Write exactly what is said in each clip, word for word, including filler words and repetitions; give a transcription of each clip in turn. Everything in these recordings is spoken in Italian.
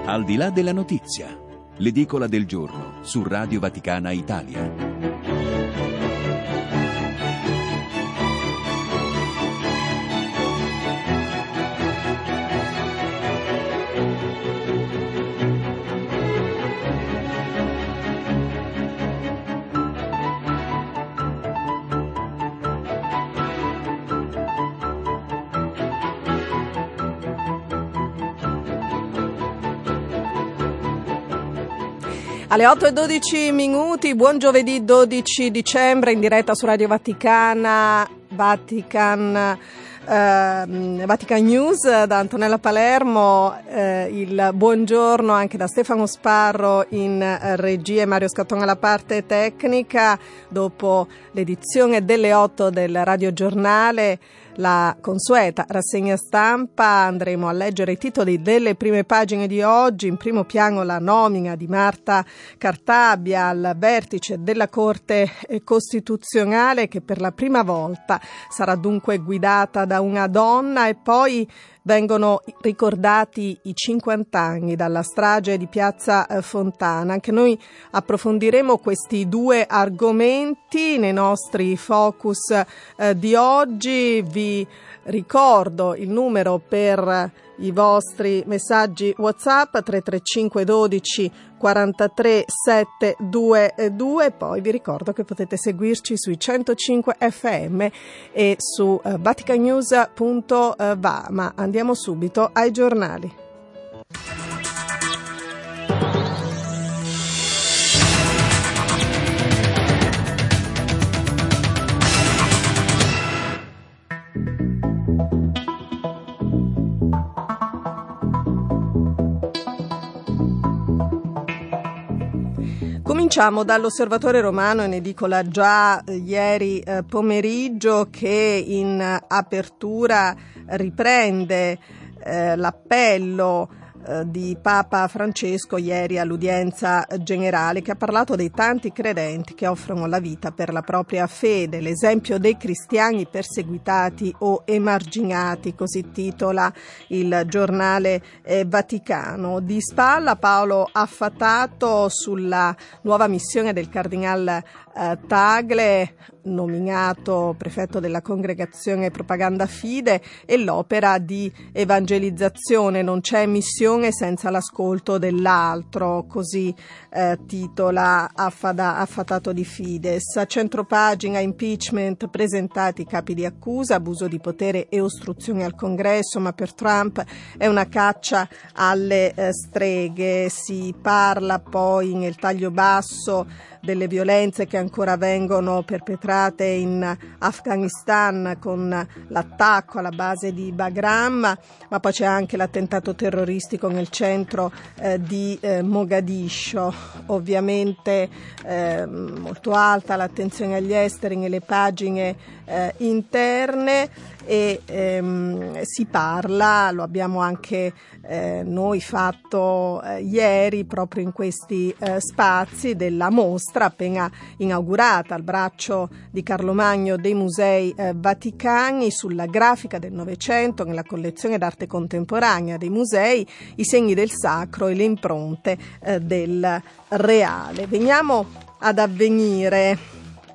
Al di là della notizia, l'edicola del giorno su Radio Vaticana Italia. Alle otto e dodici minuti, buon giovedì dodici dicembre, in diretta su Radio Vaticana, Vatican, eh, Vatican News da Antonella Palermo, eh, il buongiorno anche da Stefano Sparro in regia e Mario Scatton alla parte tecnica. Dopo l'edizione delle otto del radiogiornale, la consueta rassegna stampa, andremo a leggere i titoli delle prime pagine di oggi. In primo piano la nomina di Marta Cartabia al vertice della Corte Costituzionale, che per la prima volta sarà dunque guidata da una donna, e poi vengono ricordati i cinquanta anni dalla strage di Piazza Fontana. Anche noi approfondiremo questi due argomenti nei nostri focus eh, di oggi. Vi ricordo il numero per i vostri messaggi WhatsApp tre tre cinque dodici quarantatré settecentoventidue. Poi vi ricordo che potete seguirci sui centocinque effe emme e su uh, vaticanews punto va. Ma andiamo subito ai giornali. Cominciamo dall'Osservatore Romano, in edicola già eh, ieri eh, pomeriggio, che in apertura riprende eh, l'appello eh, di Papa Francesco ieri all'udienza generale, che ha parlato dei tanti credenti che offrono la vita per la propria fede, l'esempio dei cristiani perseguitati o emarginati, così titola il giornale eh, Vaticano. Di spalla Paolo Affatato sulla nuova missione del cardinal eh, Tagle, nominato prefetto della Congregazione Propaganda Fide, e l'opera di evangelizzazione. Non c'è missione senza l'ascolto dell'altro, così eh, titola Affada, Affatato di Fides. A centropagina impeachment, presentati capi di accusa, abuso di potere e ostruzione al Congresso, ma per Trump è una caccia alle eh, streghe. Si parla poi nel taglio basso delle violenze che ancora vengono perpetrate in Afghanistan con l'attacco alla base di Bagram, ma poi c'è anche l'attentato terroristico nel centro eh, di eh, Mogadiscio. Ovviamente eh, molto alta l'attenzione agli esteri nelle pagine eh, interne, e ehm, si parla, lo abbiamo anche eh, noi fatto eh, ieri proprio in questi eh, spazi, della mostra appena inaugurata al braccio di Carlo Magno dei Musei eh, Vaticani, sulla grafica del Novecento nella collezione d'arte contemporanea dei musei, i segni del sacro e le impronte eh, del reale. Veniamo ad Avvenire.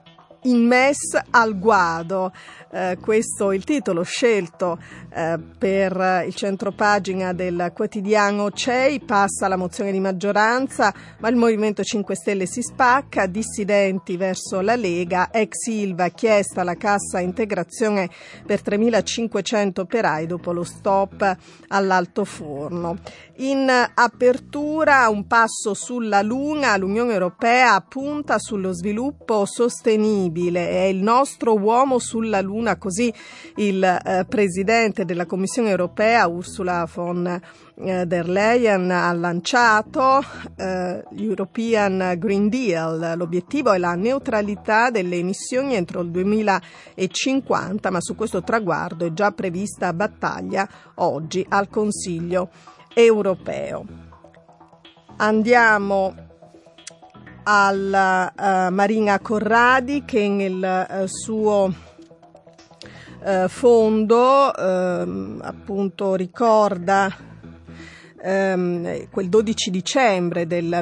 In mess al guado, eh, questo è il titolo scelto eh, per il centropagina del quotidiano C E I. Passa la mozione di maggioranza, ma il Movimento cinque Stelle si spacca, dissidenti verso la Lega, ex Ilva chiesta la cassa integrazione per tremilacinquecento operai dopo lo stop all'altoforno. In apertura un passo sulla Luna, l'Unione Europea punta sullo sviluppo sostenibile, è il nostro uomo sulla Luna, così il eh, presidente della Commissione Europea Ursula von eh, der Leyen ha lanciato eh, l'European Green Deal. L'obiettivo è la neutralità delle emissioni entro il duemilacinquanta, ma su questo traguardo è già prevista battaglia oggi al Consiglio europeo. Andiamo alla uh, Marina Corradi, che nel uh, suo uh, fondo uh, appunto ricorda ehm, quel dodici dicembre del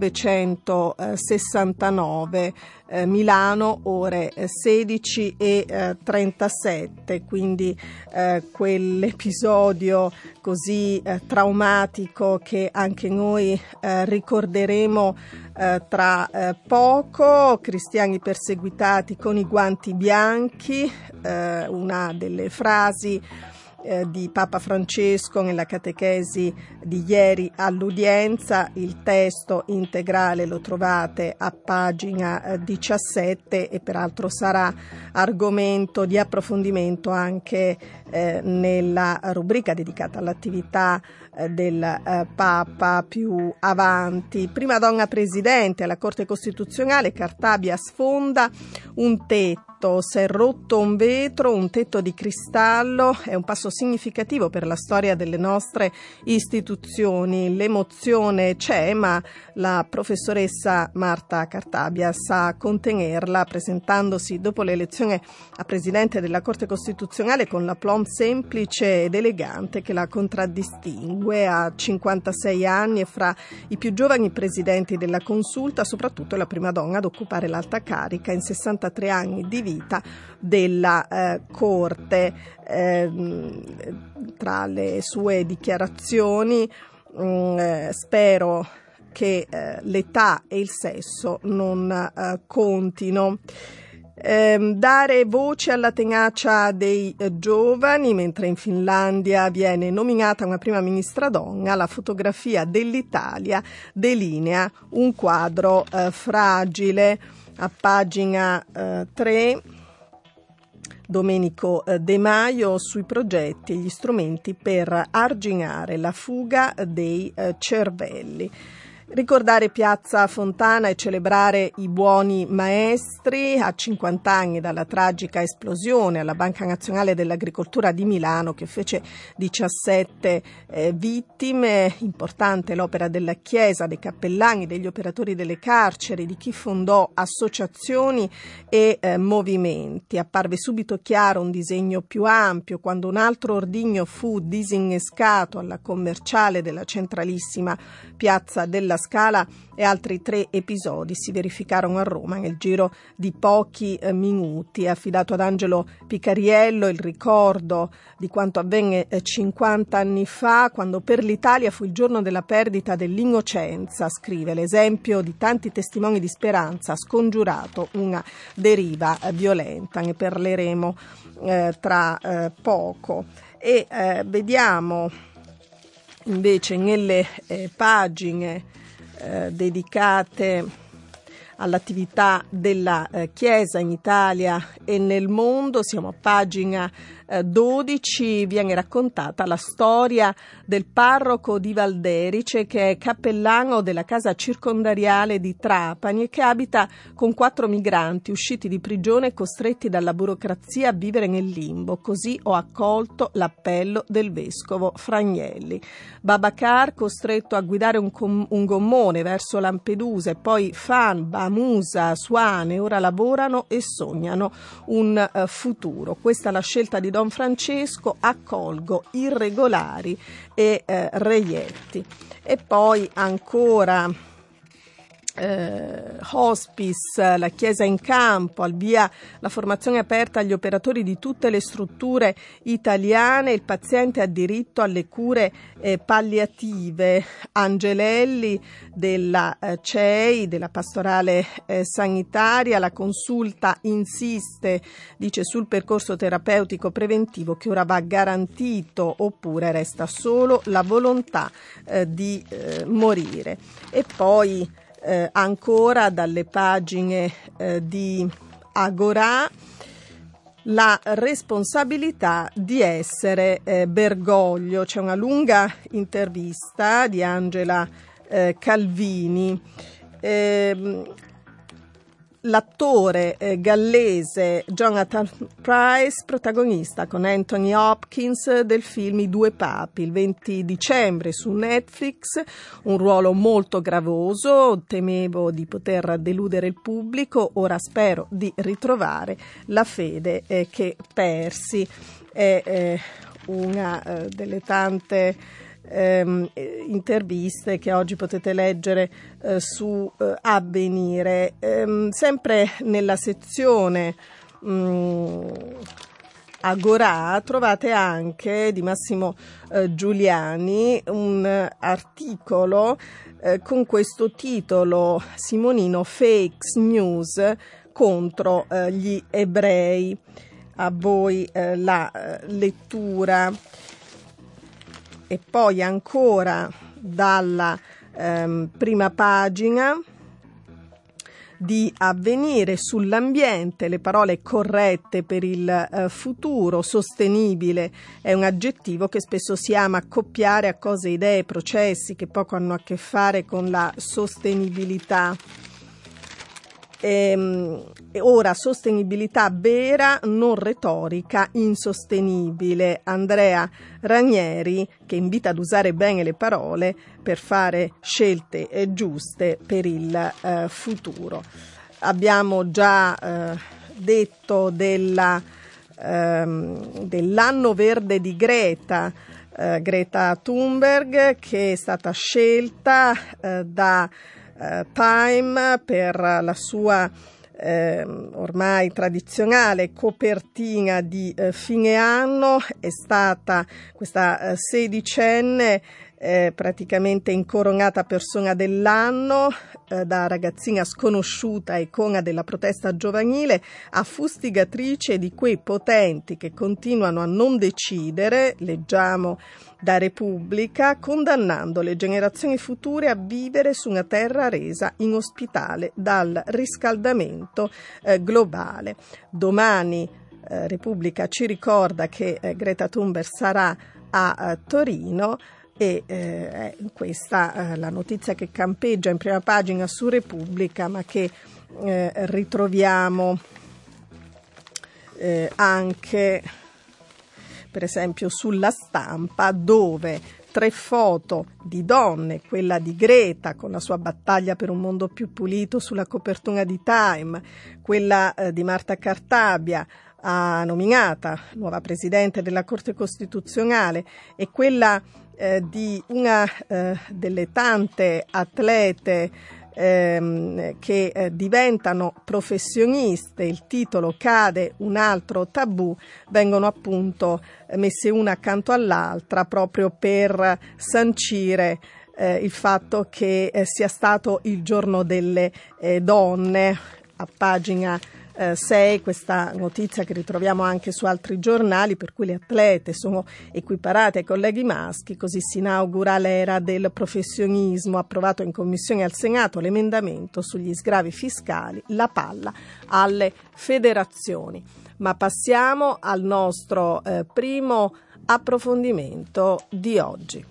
millenovecentosessantanove, eh, Milano, ore sedici e trentasette, quindi eh, quell'episodio così eh, traumatico che anche noi eh, ricorderemo eh, tra eh, poco. Cristiani perseguitati con i guanti bianchi, eh, una delle frasi Eh, di Papa Francesco nella catechesi di ieri all'udienza. Il testo integrale lo trovate a pagina eh, diciassette e peraltro sarà argomento di approfondimento anche eh, nella rubrica dedicata all'attività eh, del eh, Papa più avanti. Prima donna presidente alla Corte Costituzionale, Cartabia sfonda un tetto. Si è rotto un vetro, un tetto di cristallo, è un passo significativo per la storia delle nostre istituzioni. L'emozione c'è, ma la professoressa Marta Cartabia sa contenerla, presentandosi dopo l'elezione a presidente della Corte Costituzionale con l'aplomb semplice ed elegante che la contraddistingue. Ha cinquantasei anni e fra i più giovani presidenti della Consulta, soprattutto è la prima donna ad occupare l'alta carica in sessantatré anni di vita della eh, Corte. Eh, tra le sue dichiarazioni mh, eh, spero che eh, l'età e il sesso non eh, contino. Eh, dare voce alla tenacia dei eh, giovani, mentre in Finlandia viene nominata una prima ministra donna, la fotografia dell'Italia delinea un quadro eh, fragile. A pagina eh, tre, Domenico eh, De Maio sui progetti e gli strumenti per arginare la fuga dei eh, cervelli. Ricordare Piazza Fontana e celebrare i buoni maestri. A cinquanta anni dalla tragica esplosione alla Banca Nazionale dell'Agricoltura di Milano che fece diciassette eh, vittime. Importante l'opera della Chiesa, dei cappellani, degli operatori delle carceri, di chi fondò associazioni e eh, movimenti. Apparve subito chiaro un disegno più ampio quando un altro ordigno fu disinnescato alla commerciale della centralissima Piazza della Scala e altri tre episodi si verificarono a Roma nel giro di pochi eh, minuti. È affidato ad Angelo Picariello il ricordo di quanto avvenne eh, cinquanta anni fa, quando per l'Italia fu il giorno della perdita dell'innocenza. Scrive: l'esempio di tanti testimoni di speranza ha scongiurato una deriva eh, violenta. Ne parleremo eh, tra eh, poco. E eh, vediamo invece nelle eh, pagine eh, dedicate all'attività della eh, Chiesa in Italia e nel mondo. Siamo a pagina eh, dodici, viene raccontata la storia del parroco di Valderice, che è cappellano della casa circondariale di Trapani e che abita con quattro migranti usciti di prigione e costretti dalla burocrazia a vivere nel limbo. Così ho accolto l'appello del vescovo Fragnelli. Babacar, costretto a guidare un, com- un gommone verso Lampedusa, e poi Fan, Bamusa, Suane, ora lavorano e sognano un uh, futuro. Questa è la scelta di Don Francesco: accolgo irregolari e eh, reietti. E poi ancora Eh, hospice, la Chiesa in campo, al via la formazione aperta agli operatori di tutte le strutture italiane. Il paziente ha diritto alle cure eh, palliative. Angelelli della eh, C E I, della pastorale eh, sanitaria, la consulta insiste, dice, sul percorso terapeutico preventivo che ora va garantito, oppure resta solo la volontà eh, di eh, morire. E poi Eh, ancora dalle pagine eh, di Agorà, la responsabilità di essere eh, Bergoglio. C'è una lunga intervista di Angela eh, Calvini. Eh, L'attore eh, gallese Jonathan Pryce, protagonista con Anthony Hopkins del film I due papi, il venti dicembre su Netflix. Un ruolo molto gravoso, temevo di poter deludere il pubblico, ora spero di ritrovare la fede eh, che persi. È eh, una eh, delle tante ehm, interviste che oggi potete leggere eh, su eh, Avvenire. Ehm, sempre nella sezione mh, Agorà trovate anche di Massimo eh, Giuliani un eh, articolo eh, con questo titolo simonino: Fake News contro eh, gli ebrei. A voi eh, la eh, lettura. E poi ancora dalla ehm, prima pagina di Avvenire, sull'ambiente, le parole corrette per il eh, futuro. Sostenibile è un aggettivo che spesso si ama accoppiare a cose, idee, processi che poco hanno a che fare con la sostenibilità. E, e ora sostenibilità vera, non retorica insostenibile. Andrea Ranieri, che invita ad usare bene le parole per fare scelte eh, giuste per il eh, futuro. Abbiamo già eh, detto della, ehm, dell'anno verde di Greta, eh, Greta Thunberg, che è stata scelta eh, da Uh, Time per la sua eh, ormai tradizionale copertina di eh, fine anno. È stata questa eh, sedicenne eh, praticamente incoronata persona dell'anno, eh, da ragazzina sconosciuta, icona della protesta giovanile, a fustigatrice di quei potenti che continuano a non decidere, leggiamo da Repubblica, condannando le generazioni future a vivere su una terra resa inospitale dal riscaldamento eh, globale. Domani eh, Repubblica ci ricorda che eh, Greta Thunberg sarà a, a Torino, e eh, è questa eh, la notizia che campeggia in prima pagina su Repubblica, ma che eh, ritroviamo eh, anche per esempio sulla Stampa, dove tre foto di donne, quella di Greta con la sua battaglia per un mondo più pulito sulla copertina di Time, quella eh, di Marta Cartabia, ha nominata nuova presidente della Corte Costituzionale, e quella eh, di una eh, delle tante atlete ehm, che eh, diventano professioniste. Il titolo cade, un altro tabù, vengono appunto messe una accanto all'altra proprio per sancire eh, il fatto che eh, sia stato il giorno delle eh, donne. A pagina sei questa notizia che ritroviamo anche su altri giornali, per cui le atlete sono equiparate ai colleghi maschi. Così si inaugura l'era del professionismo. Approvato in commissione al Senato l'emendamento sugli sgravi fiscali, la palla alle federazioni. Ma passiamo al nostro eh, primo approfondimento di oggi.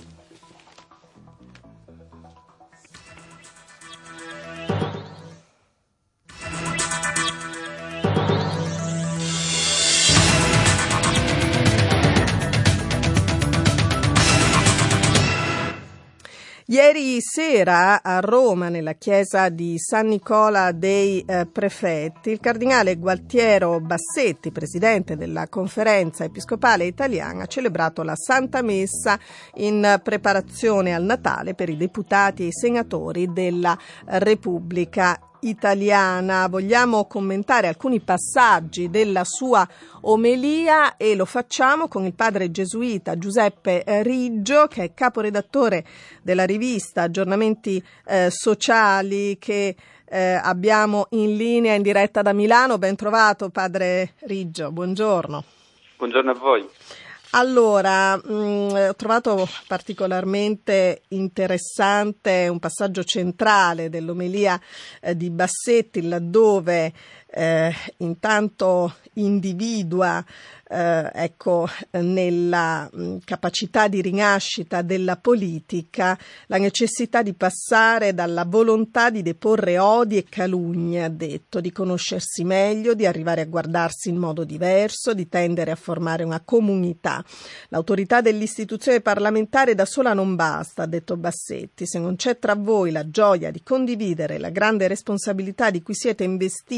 Ieri sera a Roma, nella chiesa di San Nicola dei eh, Prefetti, il cardinale Gualtiero Bassetti, presidente della Conferenza Episcopale Italiana, ha celebrato la Santa Messa in preparazione al Natale per i deputati e i senatori della Repubblica Italiana. Vogliamo commentare alcuni passaggi della sua omelia e lo facciamo con il padre gesuita Giuseppe Riggio, che è caporedattore della rivista Aggiornamenti eh, Sociali, che eh, abbiamo in linea in diretta da Milano. Ben trovato, padre Riggio, buongiorno. Buongiorno a voi. Allora, mh, ho trovato particolarmente interessante un passaggio centrale dell'omelia eh, di Bassetti, laddove eh, intanto individua eh, ecco, nella mh, capacità di rinascita della politica la necessità di passare dalla volontà di deporre odi e calunnie, ha detto, di conoscersi meglio, di arrivare a guardarsi in modo diverso, di tendere a formare una comunità. L'autorità dell'istituzione parlamentare da sola non basta, ha detto Bassetti, se non c'è tra voi la gioia di condividere la grande responsabilità di cui siete investiti, le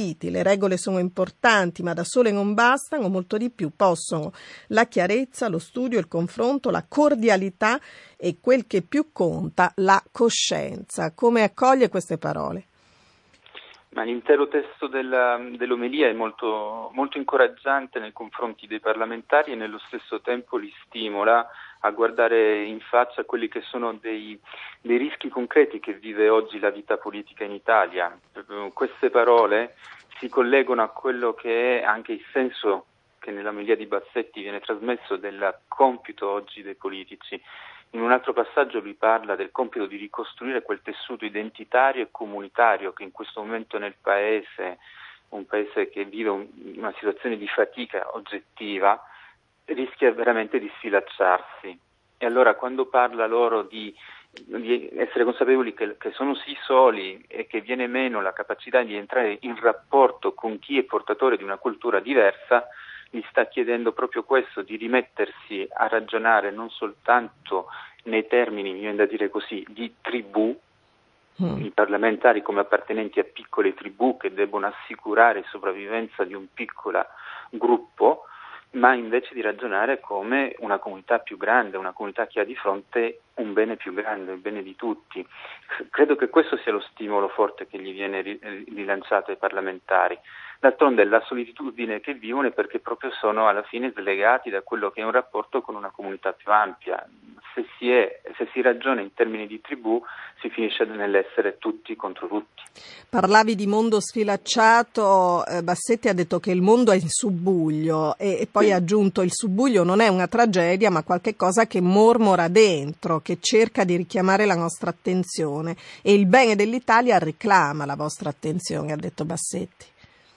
regole sono importanti, ma da sole non bastano, molto di più possono la chiarezza, lo studio, il confronto, la cordialità e quel che più conta, la coscienza. Come accoglie queste parole? Ma l'intero testo della, dell'omelia è molto, molto incoraggiante nei confronti dei parlamentari e nello stesso tempo li stimola a guardare in faccia quelli che sono dei, dei rischi concreti che vive oggi la vita politica in Italia. Queste parole si collegano a quello che è anche il senso che nell'omelia di Bassetti viene trasmesso del compito oggi dei politici. In un altro passaggio lui parla del compito di ricostruire quel tessuto identitario e comunitario che in questo momento nel paese, un paese che vive un, una situazione di fatica oggettiva, rischia veramente di sfilacciarsi. E allora quando parla loro di, di essere consapevoli che, che sono sì soli e che viene meno la capacità di entrare in rapporto con chi è portatore di una cultura diversa, gli sta chiedendo proprio questo, di rimettersi a ragionare non soltanto nei termini, mi viene da dire così, di tribù, mm. i parlamentari come appartenenti a piccole tribù che debbono assicurare la sopravvivenza di un piccolo gruppo, ma invece di ragionare come una comunità più grande, una comunità che ha di fronte un bene più grande, il bene di tutti. Credo che questo sia lo stimolo forte che gli viene rilanciato ai parlamentari. D'altronde la solitudine che vivono è perché proprio sono alla fine slegati da quello che è un rapporto con una comunità più ampia. Se si, è, se si ragiona in termini di tribù si finisce nell'essere tutti contro tutti. Parlavi di mondo sfilacciato, eh, Bassetti ha detto che il mondo è in subbuglio e, e poi sì. ha aggiunto il subbuglio non è una tragedia ma qualche cosa che mormora dentro, che cerca di richiamare la nostra attenzione e il bene dell'Italia reclama la vostra attenzione, ha detto Bassetti.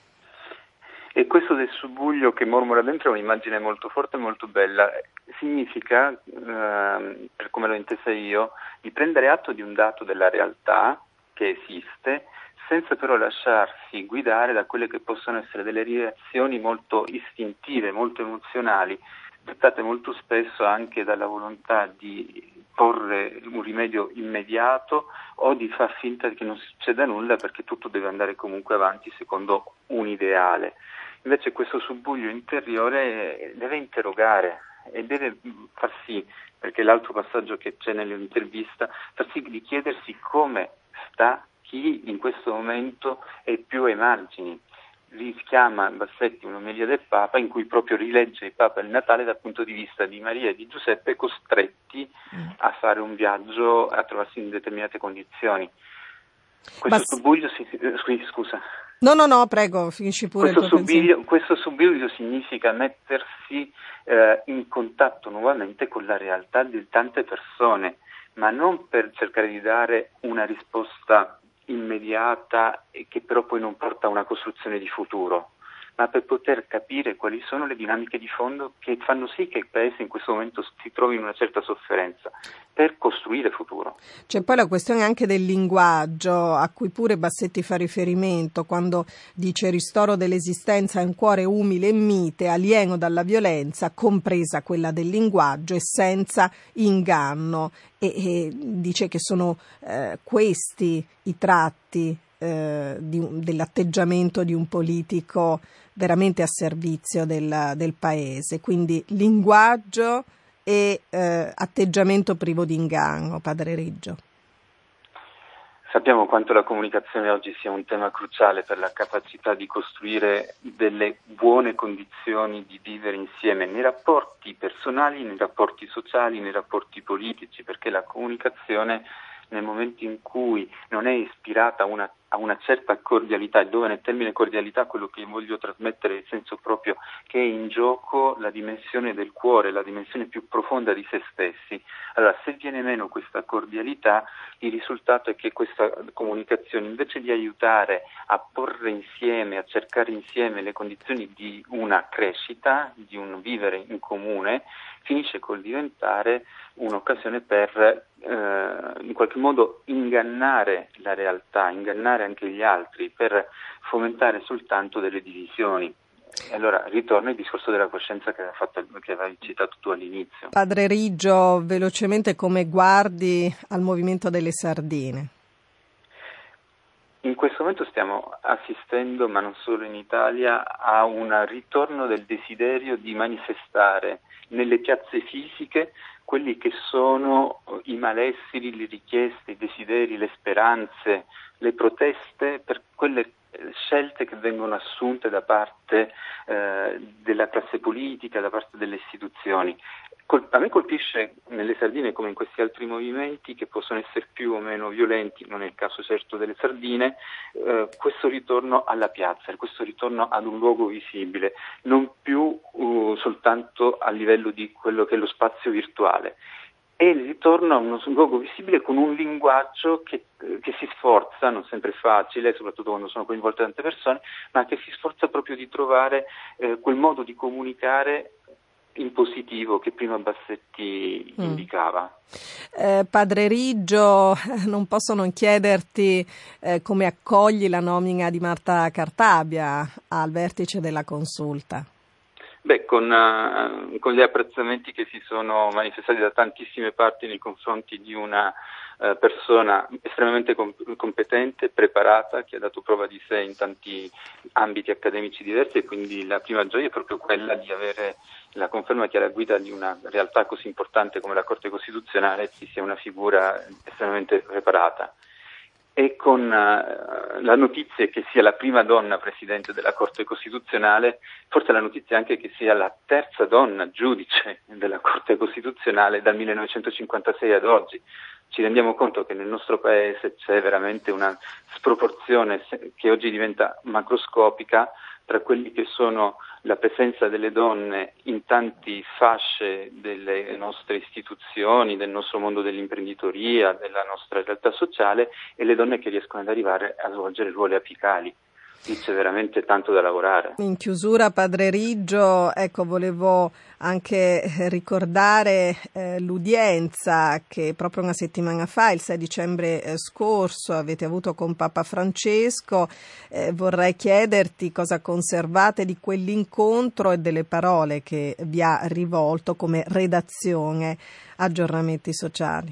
E questo del subbuglio che mormora dentro è un'immagine molto forte e molto bella. Significa, eh, per come l'ho intesa io, di prendere atto di un dato della realtà che esiste, senza però lasciarsi guidare da quelle che possono essere delle reazioni molto istintive, molto emozionali, dettate molto spesso anche dalla volontà di porre un rimedio immediato o di far finta che non succeda nulla perché tutto deve andare comunque avanti secondo un ideale. Invece questo subbuglio interiore deve interrogare e deve far sì, perché l'altro passaggio che c'è nell'intervista, far sì di chiedersi come sta chi in questo momento è più ai margini. Richiama Bassetti un'omelia del Papa in cui proprio rilegge il Papa il Natale dal punto di vista di Maria e di Giuseppe costretti a fare un viaggio, a trovarsi in determinate condizioni. Questo Bas- subbuglio si, scusa. No, no, no, prego, finisci pure questo il tuo subbuglio, questo subbuglio significa mettersi eh, in contatto nuovamente con la realtà di tante persone, ma non per cercare di dare una risposta immediata e che però poi non porta a una costruzione di futuro, ma per poter capire quali sono le dinamiche di fondo che fanno sì che il Paese in questo momento si trovi in una certa sofferenza, per costruire futuro. C'è poi la questione anche del linguaggio, a cui pure Bassetti fa riferimento, quando dice ristoro dell'esistenza è un cuore umile e mite, alieno dalla violenza, compresa quella del linguaggio e senza inganno. E, e dice che sono eh, questi i tratti eh, di, dell'atteggiamento di un politico veramente a servizio del, del paese, quindi linguaggio e eh, atteggiamento privo di inganno, padre Riggio. Sappiamo quanto la comunicazione oggi sia un tema cruciale per la capacità di costruire delle buone condizioni di vivere insieme nei rapporti personali, nei rapporti sociali, nei rapporti politici, perché la comunicazione nel momento in cui non è ispirata a una, a una certa cordialità, e dove nel termine cordialità quello che voglio trasmettere è il senso proprio che è in gioco la dimensione del cuore, la dimensione più profonda di se stessi. Allora, se viene meno questa cordialità, il risultato è che questa comunicazione, invece di aiutare a porre insieme, a cercare insieme le condizioni di una crescita, di un vivere in comune, finisce col diventare un'occasione per eh, in qualche modo ingannare la realtà, ingannare anche gli altri, per fomentare soltanto delle divisioni. E allora ritorna il discorso della coscienza che aveva fatto, che avevi citato tu all'inizio. Padre Riggio, velocemente come guardi al movimento delle sardine? In questo momento stiamo assistendo, ma non solo in Italia, a un ritorno del desiderio di manifestare nelle piazze fisiche quelli che sono i malesseri, le richieste, i desideri, le speranze, le proteste per quelle scelte che vengono assunte da parte eh, della classe politica, da parte delle istituzioni. Col- a me colpisce nelle sardine, come in questi altri movimenti che possono essere più o meno violenti, non è il caso certo delle sardine, eh, questo ritorno alla piazza, questo ritorno ad un luogo visibile, non più uh, soltanto a livello di quello che è lo spazio virtuale. E il ritorno a uno luogo visibile con un linguaggio che, che si sforza, non sempre facile, soprattutto quando sono coinvolte tante persone, ma che si sforza proprio di trovare eh, quel modo di comunicare in positivo che prima Bassetti mm. indicava. Eh, Padre Riggio, non posso non chiederti eh, come accogli la nomina di Marta Cartabia al vertice della Consulta. Beh, con, uh, con gli apprezzamenti che si sono manifestati da tantissime parti nei confronti di una uh, persona estremamente comp- competente, preparata, che ha dato prova di sé in tanti ambiti accademici diversi, e quindi la prima gioia è proprio quella di avere la conferma che alla guida di una realtà così importante come la Corte Costituzionale ci sia una figura estremamente preparata. E con uh, la notizia che sia la prima donna presidente della Corte Costituzionale, forse la notizia anche che sia la terza donna giudice della Corte Costituzionale dal millenovecentocinquantasei ad oggi. Ci rendiamo conto che nel nostro paese c'è veramente una sproporzione che oggi diventa macroscopica tra quelli che sono la presenza delle donne in tanti fasce delle nostre istituzioni, del nostro mondo dell'imprenditoria, della nostra realtà sociale, e le donne che riescono ad arrivare a svolgere ruoli apicali. Lì c'è veramente tanto da lavorare. In chiusura, Padre Riggio, ecco, volevo anche ricordare eh, l'udienza che proprio una settimana fa, il sei dicembre eh, scorso, avete avuto con Papa Francesco. Eh, vorrei chiederti cosa conservate di quell'incontro e delle parole che vi ha rivolto come redazione Aggiornamenti Sociali.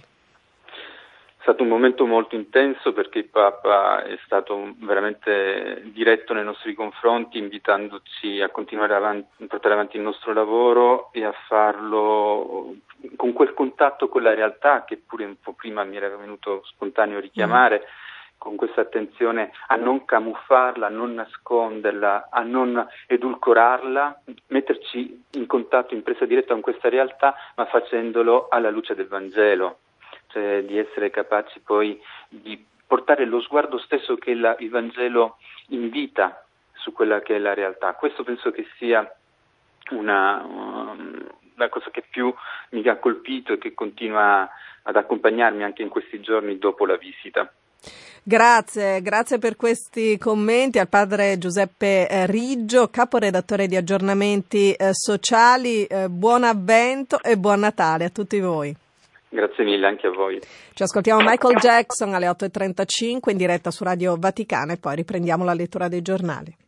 È stato un momento molto intenso perché il Papa è stato veramente diretto nei nostri confronti, invitandoci a continuare avanti, a portare avanti il nostro lavoro e a farlo con quel contatto con la realtà che pure un po' prima mi era venuto spontaneo richiamare, mm. con questa attenzione a non camuffarla, a non nasconderla, a non edulcorarla, metterci in contatto, in presa diretta con questa realtà, ma facendolo alla luce del Vangelo. Cioè di essere capaci poi di portare lo sguardo stesso che la, il Vangelo invita su quella che è la realtà. Questo penso che sia una, una cosa che più mi ha colpito e che continua ad accompagnarmi anche in questi giorni dopo la visita. Grazie, grazie per questi commenti al padre Giuseppe Riggio, caporedattore di Aggiornamenti eh, Sociali. Eh, buon avvento e buon Natale a tutti voi. Grazie mille anche a voi. Ci ascoltiamo Michael Jackson alle otto e trentacinque in diretta su Radio Vaticana e poi riprendiamo la lettura dei giornali.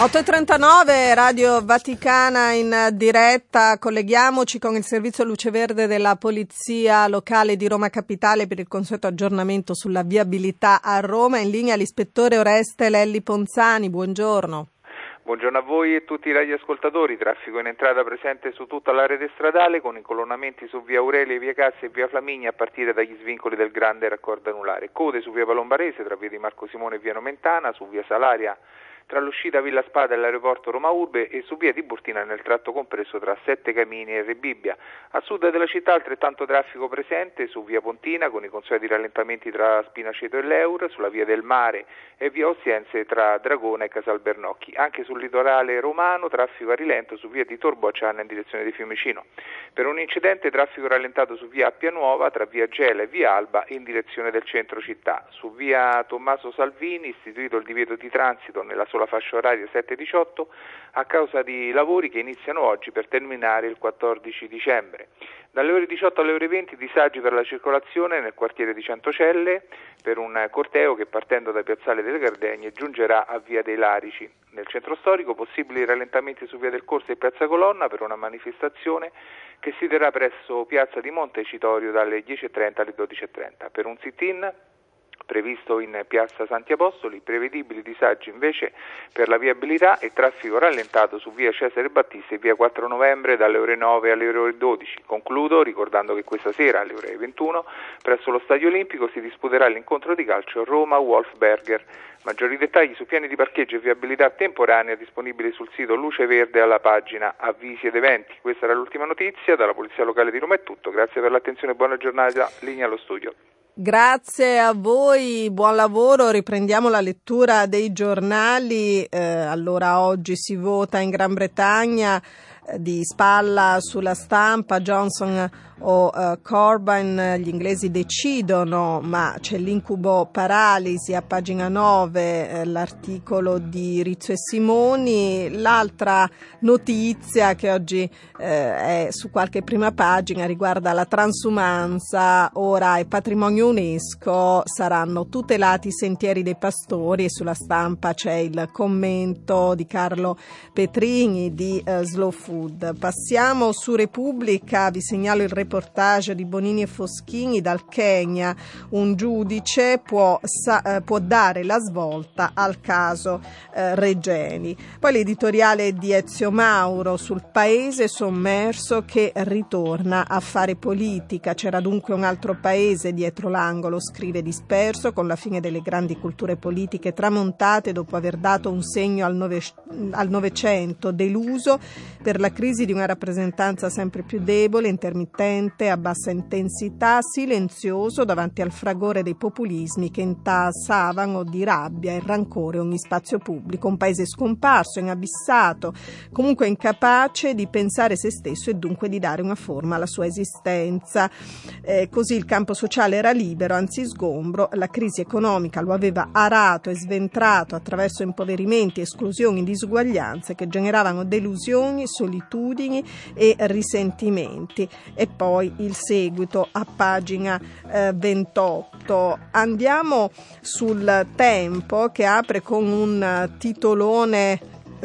otto e trentanove, Radio Vaticana in diretta. Colleghiamoci con il servizio Luce Verde della Polizia Locale di Roma Capitale per il consueto aggiornamento sulla viabilità a Roma. In linea l'ispettore Oreste Lelli Ponzani. Buongiorno. Buongiorno a voi e tutti i radioascoltatori. Traffico in entrata presente su tutta la rete stradale con incolonnamenti su via Aurelia, via Cassia e via Flaminia a partire dagli svincoli del grande raccordo anulare. Code su via Palombarese tra via di Marco Simone e via Nomentana, su via Salaria tra l'uscita Villa Spada e l'aeroporto Roma Urbe e su via Tiburtina nel tratto compreso tra Sette Camini e Rebibbia. A sud della città altrettanto traffico presente su via Pontina con i consueti rallentamenti tra Spinaceto e l'Eur, sulla via del Mare e via Ostiense tra Dragona e Casalbernocchi. Anche sul litorale romano traffico a rilento su via Tito Bocciana in direzione di Fiumicino. Per un incidente traffico rallentato su via Appia Nuova tra via Gela e via Alba in direzione del centro città. Su via Tommaso Salvini istituito il divieto di transito nella sola fascia oraria sette diciotto a causa di lavori che iniziano oggi per terminare il quattordici dicembre. Dalle ore diciotto alle ore venti disagi per la circolazione nel quartiere di Centocelle per un corteo che partendo da Piazzale delle Gardegne giungerà a via dei Larici. Nel centro storico possibili rallentamenti su via del Corso e piazza Colonna per una manifestazione che si terrà presso piazza di Montecitorio dalle dieci e trenta alle dodici e trenta. Per un sit-in previsto in piazza Santi Apostoli, prevedibili disagi invece per la viabilità e traffico rallentato su via Cesare Battisti e via quattro novembre dalle ore nove alle ore dodici. Concludo ricordando che questa sera alle ore ventuno presso lo Stadio Olimpico si disputerà l'incontro di calcio Roma-Wolfsberger. Maggiori dettagli su piani di parcheggio e viabilità temporanea disponibili sul sito Luce Verde alla pagina Avvisi ed Eventi. Questa era l'ultima notizia, dalla Polizia Locale di Roma è tutto, grazie per l'attenzione e buona giornata, linea allo studio. Grazie a voi, buon lavoro. Riprendiamo la lettura dei giornali. Eh, allora oggi si vota in Gran Bretagna, eh, di spalla sulla Stampa, Johnson o uh, Corbyn, gli inglesi decidono, ma c'è l'incubo paralisi a pagina nove, eh, l'articolo di Rizzo e Simoni. L'altra notizia che oggi eh, è su qualche prima pagina riguarda la transumanza, ora è patrimonio UNESCO, saranno tutelati i sentieri dei pastori, e sulla Stampa c'è il commento di Carlo Petrini di uh, Slow Food. Passiamo su Repubblica, vi segnalo il reportage di Bonini e Foschini dal Kenya. Un giudice può, sa, eh, può dare la svolta al caso eh, Regeni. Poi l'editoriale di Ezio Mauro sul paese sommerso che ritorna a fare politica. C'era dunque un altro paese dietro l'angolo, scrive disperso, con la fine delle grandi culture politiche tramontate dopo aver dato un segno al, nove, al Novecento, deluso per la crisi di una rappresentanza sempre più debole, intermittente, a bassa intensità, silenzioso davanti al fragore dei populismi che intasavano di rabbia e rancore ogni spazio pubblico. Un paese scomparso, inabissato, comunque incapace di pensare se stesso e dunque di dare una forma alla sua esistenza. Eh, così il campo sociale era libero, anzi sgombro. La crisi economica lo aveva arato e sventrato attraverso impoverimenti, esclusioni, disuguaglianze che generavano delusioni, solitudini e risentimenti. E poi il seguito a pagina eh, ventotto. Andiamo sul Tempo, che apre con un titolone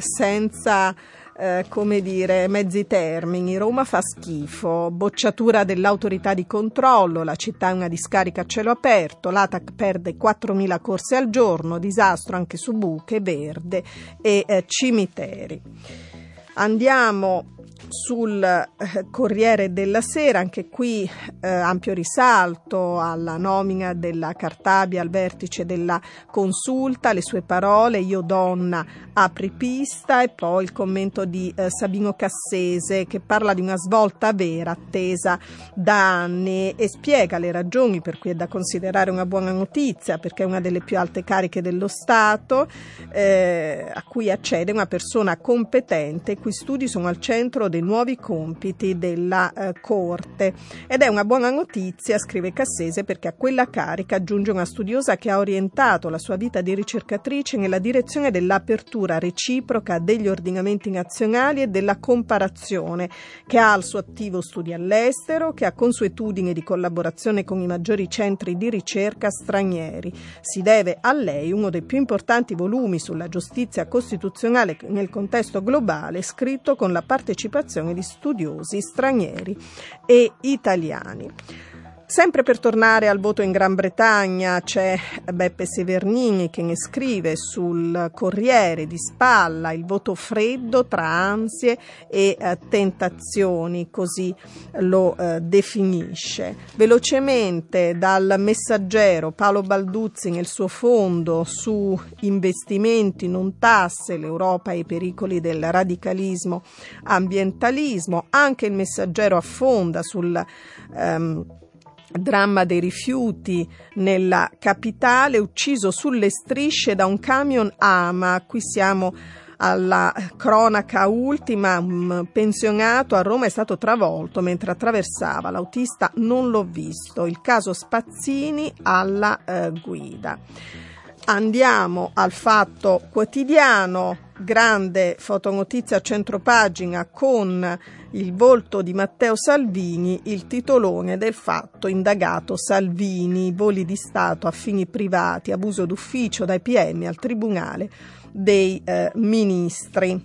senza eh, come dire mezzi termini. Roma fa schifo, bocciatura dell'autorità di controllo, la città è una discarica a cielo aperto, l'A T A C perde quattromila corse al giorno, disastro anche su buche, verde e eh, cimiteri. Andiamo sul eh, Corriere della Sera, anche qui eh, ampio risalto alla nomina della Cartabia al vertice della Consulta, le sue parole: io donna apripista, e poi il commento di eh, Sabino Cassese, che parla di una svolta vera attesa da anni e spiega le ragioni per cui è da considerare una buona notizia, perché è una delle più alte cariche dello Stato eh, a cui accede una persona competente, i cui studi sono al centro l'incarico dei nuovi compiti della eh, Corte. Ed è una buona notizia, scrive Cassese, perché a quella carica aggiunge una studiosa che ha orientato la sua vita di ricercatrice nella direzione dell'apertura reciproca degli ordinamenti nazionali e della comparazione, che ha al suo attivo studi all'estero, che ha consuetudini di collaborazione con i maggiori centri di ricerca stranieri. Si deve a lei uno dei più importanti volumi sulla giustizia costituzionale nel contesto globale, scritto con la partecipazione di studiosi stranieri e italiani. Sempre per tornare al voto in Gran Bretagna c'è Beppe Severnini che ne scrive sul Corriere di spalla: il voto freddo tra ansie e eh, tentazioni, così lo eh, definisce. Velocemente dal Messaggero Paolo Balduzzi nel suo fondo su investimenti, non tasse, l'Europa e i pericoli del radicalismo ambientalismo. Anche il Messaggero affonda sul ehm, dramma dei rifiuti nella capitale, ucciso sulle strisce da un camion Ama. Qui siamo alla cronaca ultima: un pensionato a Roma è stato travolto mentre attraversava, l'autista non l'ho visto. Il caso Spazzini alla eh, guida. Andiamo al Fatto Quotidiano, grande fotonotizia a centropagina con il volto di Matteo Salvini, il titolone del Fatto: indagato Salvini, voli di Stato a fini privati, abuso d'ufficio dai P M al Tribunale dei eh, Ministri.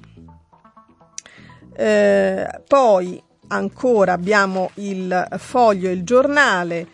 Eh, poi ancora abbiamo il Foglio e il Giornale.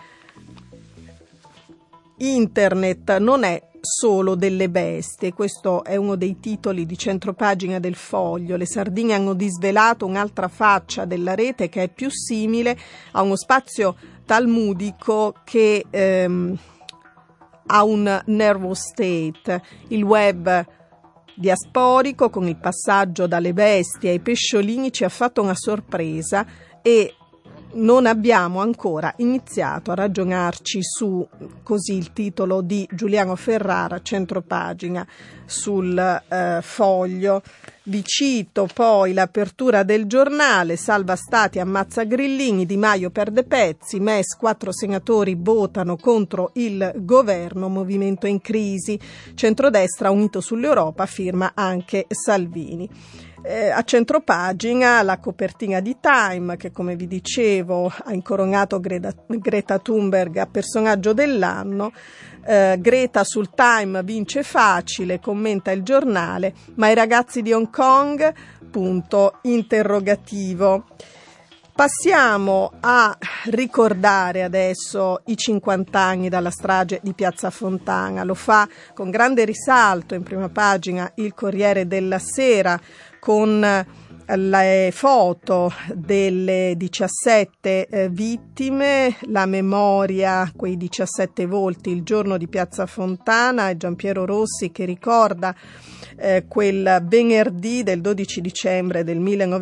Internet non è solo delle bestie, questo è uno dei titoli di centropagina del Foglio. Le sardine hanno disvelato un'altra faccia della rete che è più simile a uno spazio talmudico che ehm, a un nervous state. Il web diasporico, con il passaggio dalle bestie ai pesciolini, ci ha fatto una sorpresa e non abbiamo ancora iniziato a ragionarci su, così il titolo di Giuliano Ferrara, centropagina sul eh, Foglio. Vi cito poi l'apertura del Giornale: salva Stati, ammazza Grillini, Di Maio perde pezzi, M E S, quattro senatori votano contro il governo, movimento in crisi, centrodestra unito sull'Europa, firma anche Salvini. Eh, a centropagina la copertina di Time che, come vi dicevo, ha incoronato Greta, Greta Thunberg a personaggio dell'anno. Eh, Greta sul Time vince facile, commenta il Giornale, ma i ragazzi di Hong Kong? Punto interrogativo. Passiamo a ricordare adesso i cinquanta anni dalla strage di Piazza Fontana. Lo fa con grande risalto in prima pagina il Corriere della Sera, con le foto delle diciassette eh, vittime, la memoria, quei diciassette volti, il giorno di Piazza Fontana, e Giampiero Rossi che ricorda eh, quel venerdì del dodici dicembre del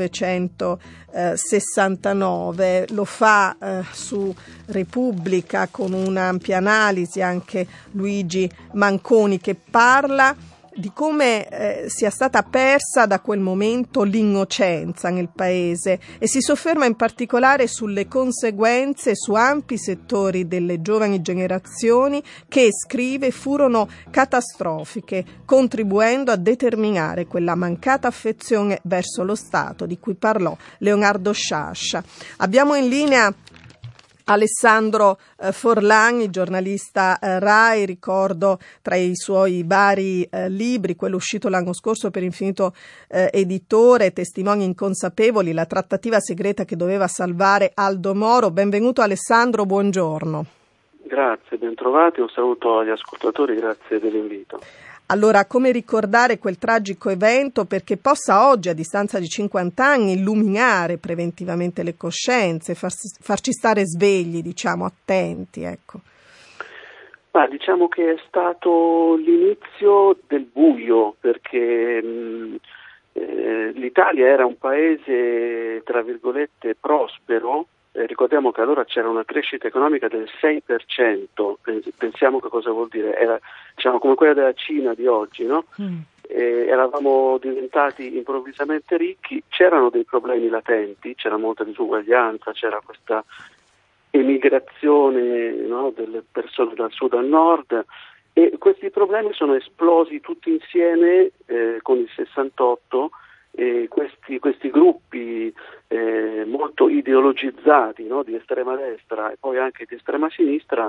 millenovecentosessantanove. Lo fa eh, su Repubblica con un'ampia analisi, anche Luigi Manconi, che parla di come eh, sia stata persa da quel momento l'innocenza nel paese, e si sofferma in particolare sulle conseguenze su ampi settori delle giovani generazioni che, scrive, furono catastrofiche, contribuendo a determinare quella mancata affezione verso lo Stato di cui parlò Leonardo Sciascia. Abbiamo in linea Alessandro eh, Forlani, giornalista eh, Rai. Ricordo tra i suoi vari eh, libri quello uscito l'anno scorso per Infinito eh, Editore, Testimoni inconsapevoli, la trattativa segreta che doveva salvare Aldo Moro. Benvenuto Alessandro, buongiorno. Grazie, bentrovati, un saluto agli ascoltatori, grazie dell'invito. Allora, come ricordare quel tragico evento perché possa oggi, a distanza di cinquanta anni, illuminare preventivamente le coscienze, farsi, farci stare svegli, diciamo, attenti, ecco. Ma diciamo che è stato l'inizio del buio, perché mh, eh, l'Italia era un paese, tra virgolette, prospero. Eh, ricordiamo che allora c'era una crescita economica del sei per cento, pensiamo che cosa vuol dire, era diciamo come quella della Cina di oggi, no? Mm. eh, eravamo diventati improvvisamente ricchi, c'erano dei problemi latenti, c'era molta disuguaglianza, c'era questa emigrazione, no, delle persone dal sud al nord, e questi problemi sono esplosi tutti insieme eh, con il sessantotto, e questi, questi gruppi eh, molto ideologizzati, no, di estrema destra e poi anche di estrema sinistra,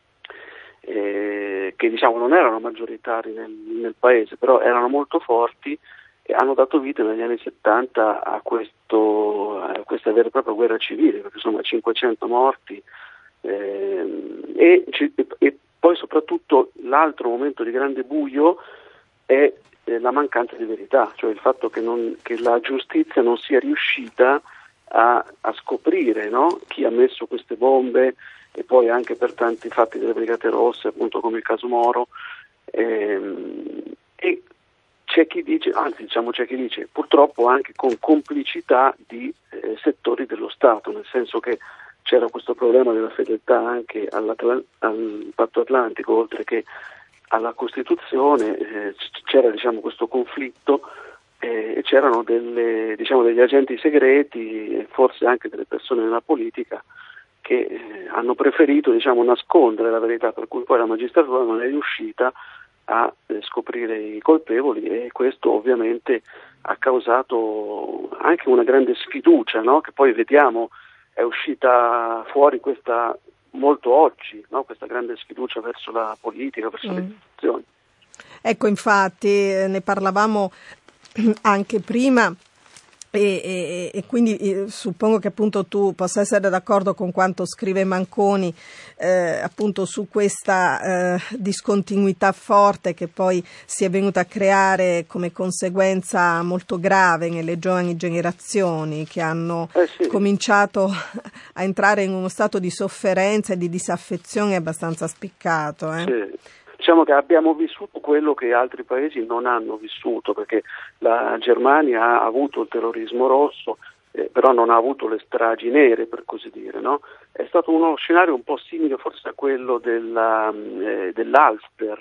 eh, che diciamo non erano maggioritari nel, nel paese, però erano molto forti, e hanno dato vita negli anni settanta a, questo, a questa vera e propria guerra civile, perché sono cinquecento morti, eh, e, e poi soprattutto l'altro momento di grande buio è eh, la mancanza di verità, cioè il fatto che, non, che la giustizia non sia riuscita a, a scoprire, no, chi ha messo queste bombe, e poi anche per tanti fatti delle Brigate Rosse, appunto come il caso Moro, ehm, e c'è chi dice, anzi diciamo c'è chi dice purtroppo anche con complicità di eh, settori dello Stato, nel senso che c'era questo problema della fedeltà anche al patto atlantico, oltre che alla Costituzione, eh, c'era diciamo questo conflitto eh, e c'erano delle, diciamo, degli agenti segreti e forse anche delle persone nella politica che eh, hanno preferito diciamo nascondere la verità, per cui poi la magistratura non è riuscita a eh, scoprire i colpevoli, e questo ovviamente ha causato anche una grande sfiducia, no? Che poi vediamo è uscita fuori questa molto oggi, no? Questa grande sfiducia verso la politica, verso mm. le istituzioni. Ecco, infatti ne parlavamo anche prima. E, e, e quindi eh, suppongo che appunto tu possa essere d'accordo con quanto scrive Manconi eh, appunto su questa eh, discontinuità forte che poi si è venuta a creare come conseguenza molto grave nelle giovani generazioni, che hanno eh sì. cominciato a entrare in uno stato di sofferenza e di disaffezione abbastanza spiccato. Eh. Sì. Diciamo che abbiamo vissuto quello che altri paesi non hanno vissuto, perché la Germania ha avuto il terrorismo rosso, eh, però non ha avuto le stragi nere, per così dire, no? È stato uno scenario un po' simile forse a quello della, eh, dell'Ulster.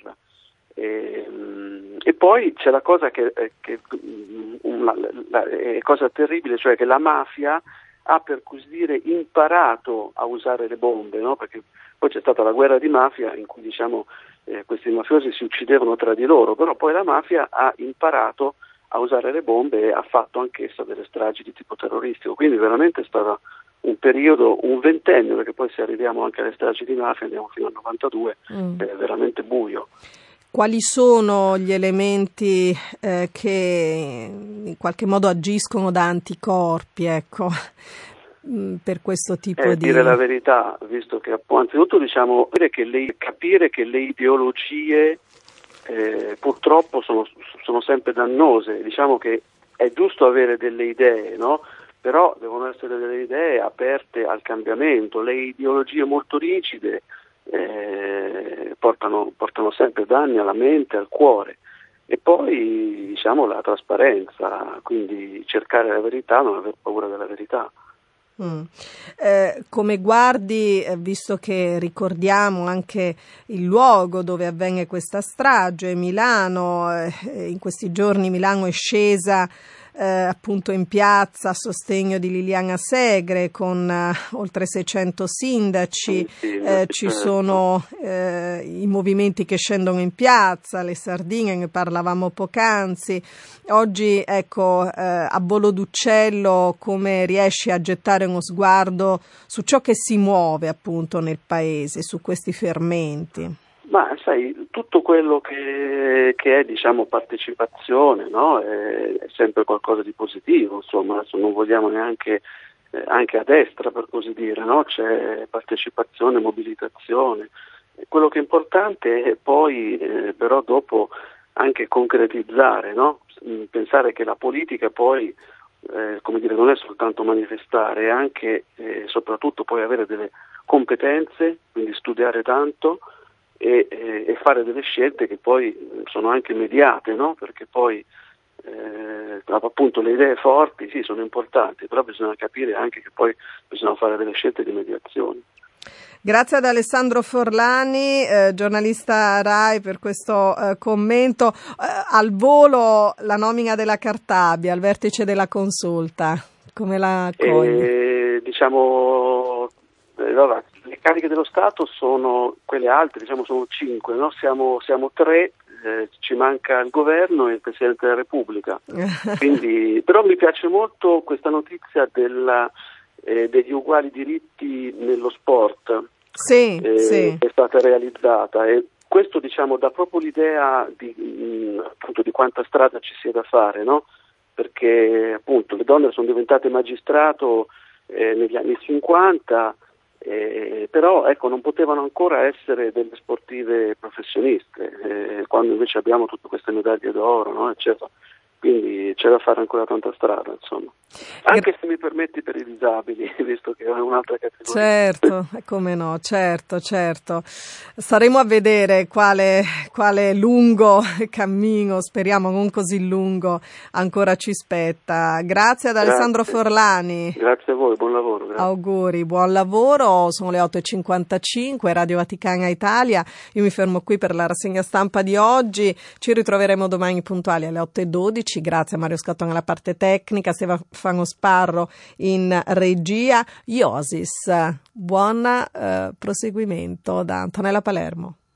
E, e poi c'è la cosa che, che una, la, è cosa terribile, cioè che la mafia ha, per così dire, imparato a usare le bombe, no? Perché poi c'è stata la guerra di mafia in cui diciamo eh, questi mafiosi si uccidevano tra di loro, però poi la mafia ha imparato a usare le bombe e ha fatto anch'essa delle stragi di tipo terroristico, quindi veramente è stato un periodo, un ventennio, perché poi se arriviamo anche alle stragi di mafia andiamo fino al novantadue, mm. è veramente buio. Quali sono gli elementi eh, che in qualche modo agiscono da anticorpi, ecco, per questo tipo eh, di... Dire la verità, visto che anzitutto diciamo che le, capire che le ideologie eh, purtroppo sono, sono sempre dannose, diciamo che è giusto avere delle idee, no? Però devono essere delle idee aperte al cambiamento. Le ideologie molto rigide eh, portano, portano sempre danni alla mente, al cuore. E poi diciamo la trasparenza, quindi cercare la verità, non aver paura della verità. Mm. Eh, come guardi, eh, visto che ricordiamo anche il luogo dove avvenne questa strage, Milano, eh, in questi giorni Milano è scesa eh, appunto in piazza a sostegno di Liliana Segre con eh, oltre seicento sindaci, sì, eh, ci sono eh, i movimenti che scendono in piazza, le sardine, ne parlavamo poc'anzi. Oggi, ecco, eh, a volo d'uccello, come riesci a gettare uno sguardo su ciò che si muove appunto nel paese, su questi fermenti? Ma sai, tutto quello che, che è diciamo partecipazione, no? È, è sempre qualcosa di positivo, insomma, adesso non vogliamo neanche eh, anche a destra, per così dire, no? C'è partecipazione, mobilitazione. Quello che è importante è poi eh, però dopo anche concretizzare, no? Pensare che la politica poi eh, come dire, non è soltanto manifestare, è anche e eh, soprattutto poi avere delle competenze, quindi studiare tanto e, e, e fare delle scelte che poi sono anche immediate, no? Perché poi eh, appunto le idee forti sì sono importanti, però bisogna capire anche che poi bisogna fare delle scelte di mediazione. Grazie ad Alessandro Forlani, eh, giornalista Rai, per questo eh, commento. Eh, al volo la nomina della Cartabia, al vertice della Consulta, come la cogli? Eh, diciamo, eh, allora, le cariche dello Stato sono quelle alte, diciamo sono cinque, no? siamo, siamo tre. Eh, ci manca il governo e il Presidente della Repubblica. Quindi, però mi piace molto questa notizia della, eh, degli uguali diritti nello sport, sì, eh, sì. che è stata realizzata, e questo diciamo dà proprio l'idea di, mh, appunto, di quanta strada ci sia da fare, no? Perché appunto le donne sono diventate magistrato eh, negli anni cinquanta. Eh, però ecco, non potevano ancora essere delle sportive professioniste, eh, quando invece abbiamo tutte queste medaglie d'oro, no, eccetera. Quindi c'è da fare ancora tanta strada, insomma. Anche se mi permetti, per i disabili, visto che è un'altra categoria. Certo, come no, certo, certo. Staremo a vedere quale, quale lungo cammino, speriamo non così lungo, ancora ci spetta. Grazie ad Alessandro Grazie. Forlani. Grazie a voi, buon lavoro. Grazie. Auguri, buon lavoro. Sono le otto e cinquantacinque, Radio Vaticana Italia. Io mi fermo qui per la rassegna stampa di oggi. Ci ritroveremo domani puntuali alle otto e dodici. Grazie a Mario Scatton alla parte tecnica, Stefano Sparro in regia. Iosis, buon eh, proseguimento da Antonella Palermo.